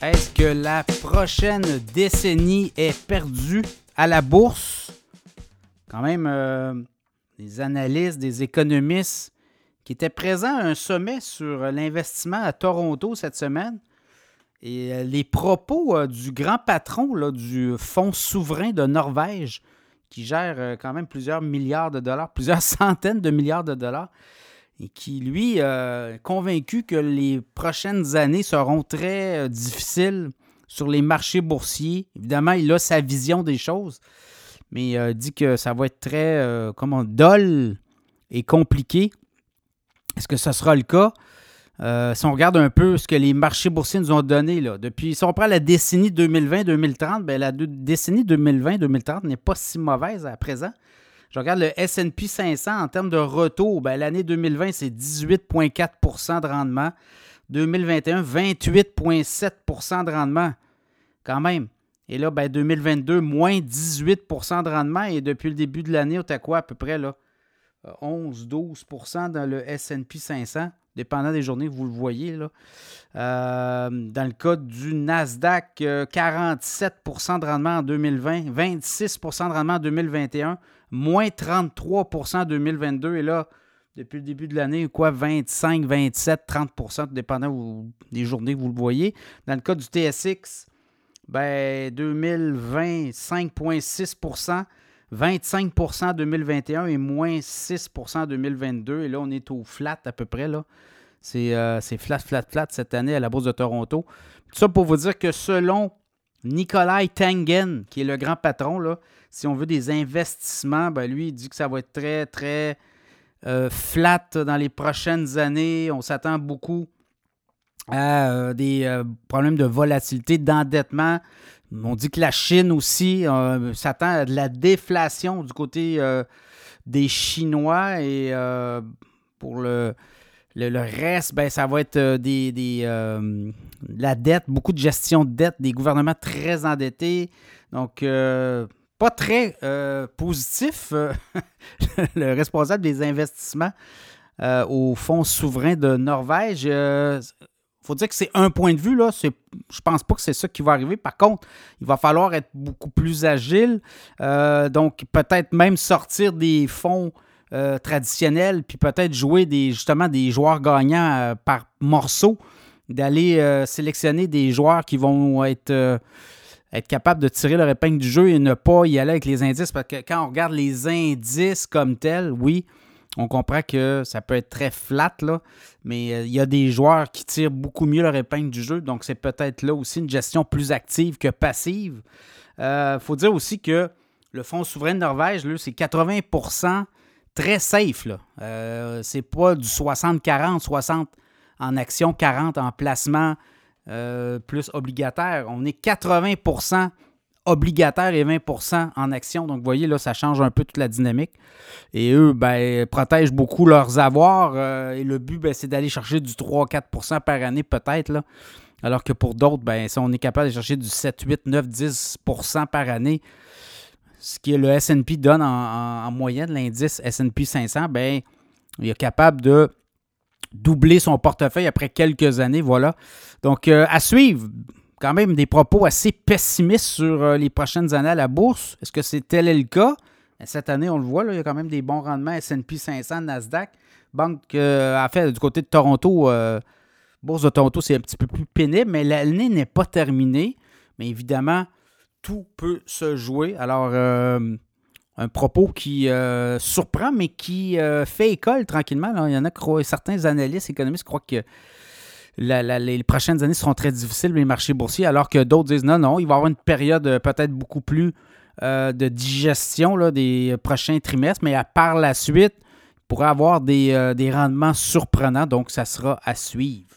Est-ce que la prochaine décennie est perdue à la bourse? Quand même, des analystes, des économistes qui étaient présents à un sommet sur l'investissement à Toronto cette semaine. Et les propos du grand patron là, du fonds souverain de Norvège, qui gère quand même plusieurs milliards de dollars, plusieurs centaines de milliards de dollars, et qui, lui, est convaincu que les prochaines années seront très difficiles sur les marchés boursiers. Évidemment, il a sa vision des choses, mais il dit que ça va être très dol et compliqué. Est-ce que ce sera le cas? Si on regarde un peu ce que les marchés boursiers nous ont donné, là, depuis, si on prend la décennie 2020-2030, bien, la décennie 2020-2030 n'est pas si mauvaise à présent. Je regarde le S&P 500 en termes de retour. Bien, l'année 2020, c'est 18,4 % de rendement. 2021, 28,7 % de rendement. Quand même. Et là, bien, 2022, moins 18 % de rendement. Et depuis le début de l'année, on est à quoi à peu près? Là? 11-12 % dans le S&P 500. Dépendant des journées, vous le voyez. Là. Dans le cas du Nasdaq, 47 % de rendement en 2020, 26 % de rendement en 2021, moins 33 % en 2022. Et là, depuis le début de l'année, 25, 27, 30 %, dépendant des journées que vous le voyez. Dans le cas du TSX, ben, 2020, 5,6 %, 25 % en 2021 et moins 6 % en 2022. Et là, on est au flat à peu près. Là. C'est flat cette année à la Bourse de Toronto. Tout ça pour vous dire que selon Nikolai Tangen, qui est le grand patron, là, si on veut des investissements, ben lui, il dit que ça va être très, très flat dans les prochaines années. On s'attend beaucoup à des problèmes de volatilité, d'endettement. On dit que la Chine aussi s'attend à de la déflation du côté des Chinois et pour le reste, ben, ça va être la dette, beaucoup de gestion de dette, des gouvernements très endettés. Donc, pas très positif, le responsable des investissements au Fonds souverain de Norvège. Il faut dire que c'est un point de vue, là. Je pense pas que c'est ça qui va arriver. Par contre, il va falloir être beaucoup plus agile. Donc, peut-être même sortir des fonds traditionnels, puis peut-être jouer justement des joueurs gagnants par morceaux, d'aller sélectionner des joueurs qui vont être capables de tirer leur épingle du jeu et ne pas y aller avec les indices. Parce que quand on regarde les indices comme tels, oui, on comprend que ça peut être très flat, là, mais il y a des joueurs qui tirent beaucoup mieux leur épingle du jeu, donc c'est peut-être là aussi une gestion plus active que passive. Faut dire aussi que le Fonds souverain de Norvège, là, c'est 80 % très safe. Là. C'est pas du 60-40, 60 en action, 40 en placement plus obligataire. On est 80 % obligataire et 20 % en action. Donc, vous voyez, là, ça change un peu toute la dynamique. Et eux, ben, protègent beaucoup leurs avoirs. Et le but, ben, c'est d'aller chercher du 3-4 % par année, peut-être. Là. Alors que pour d'autres, ben, si on est capable de chercher du 7, 8, 9, 10 % par année, ce que le S&P donne en moyenne, l'indice S&P 500, ben, il est capable de doubler son portefeuille après quelques années. Voilà. Donc, à suivre. Quand même des propos assez pessimistes sur les prochaines années à la bourse. Est-ce que tel est le cas? Cette année, on le voit, là, il y a quand même des bons rendements S&P 500, Nasdaq. Banque, en fait, du côté de Toronto, Bourse de Toronto, c'est un petit peu plus pénible, mais l'année n'est pas terminée. Mais évidemment, tout peut se jouer. Alors, un propos qui surprend, mais qui fait école tranquillement. Là. Il y en a certains analystes, économistes croient que les prochaines années seront très difficiles pour les marchés boursiers, alors que d'autres disent non, il va y avoir une période peut-être beaucoup plus de digestion là, des prochains trimestres, mais par la suite, il pourrait y avoir des rendements surprenants, donc ça sera à suivre.